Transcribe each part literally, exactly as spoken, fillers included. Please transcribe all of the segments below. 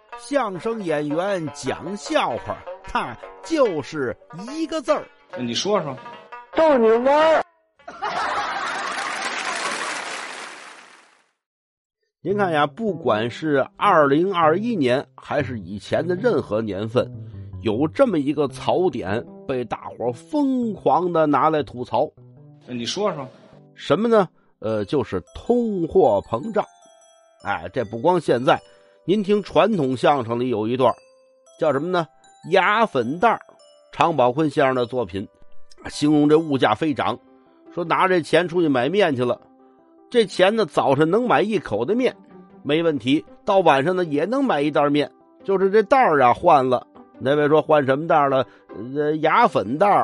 相声演员讲笑话，他就是一个字儿。 你说说， 逗你玩儿。 您看呀，不管是二零二一年还是以前的任何年份，有这么一个槽点被大伙疯狂的拿来吐槽。 你说说， 什么呢？呃，就是通货膨胀。哎，这不光现在，您听传统相声里有一段叫什么呢？牙粉袋。常宝坤先生的作品形容这物价飞涨，说拿这钱出去买面去了，这钱呢早晨能买一口的面没问题，到晚上呢也能买一袋面，就是这袋儿啊换了。那位说换什么袋了？呃，牙粉袋。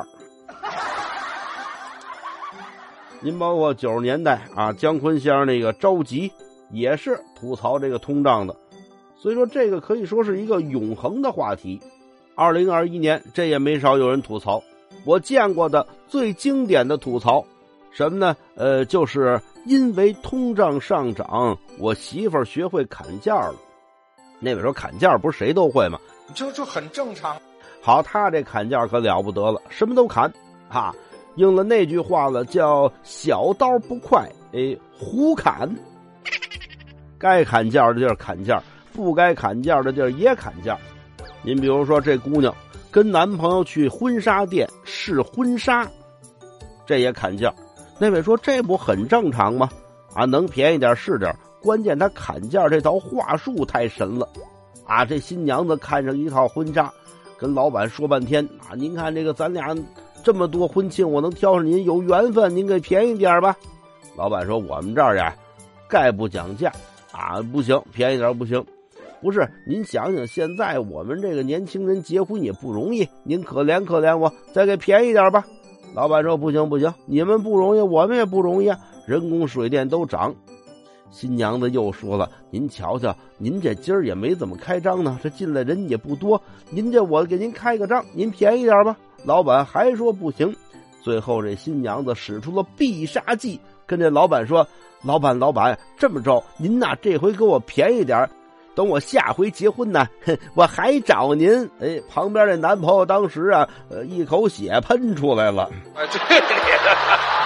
您包括九十年代啊，姜昆先生那个着急也是吐槽这个通胀的，所以说这个可以说是一个永恒的话题。二零二一年这也没少有人吐槽，我见过的最经典的吐槽什么呢？呃，就是因为通胀上涨，我媳妇儿学会砍价了。那位说砍价不是谁都会吗？ 就就很正常。 好，他这砍价可了不得了，什么都砍哈，应了那句话了，叫小刀不快，哎，胡砍。该砍价的地儿砍价，不该砍价的地儿也砍价。您比如说这姑娘跟男朋友去婚纱店试婚纱，这也砍价。那位说这不很正常吗？啊，能便宜点是点，关键他砍价这套话术太神了啊！这新娘子看上一套婚纱，跟老板说半天啊，您看这个咱俩这么多婚庆，我能挑上您，有缘分，您给便宜点吧。老板说我们这儿呀概不讲价啊，不行，便宜点不行。不是，您想想现在我们这个年轻人结婚也不容易，您可怜可怜我，再给便宜点吧。老板说不行不行，你们不容易，我们也不容易啊，人工水电都涨。新娘子又说了，您瞧瞧，您这今儿也没怎么开张呢，这进来人也不多，您这我给您开个张，您便宜点吧。老板还说不行，最后这新娘子使出了必杀技，跟这老板说，老板老板，这么着，您呐这回给我便宜点，等我下回结婚呢，我还找您。哎，旁边这男朋友当时啊，呃，一口血喷出来了。 哎，对。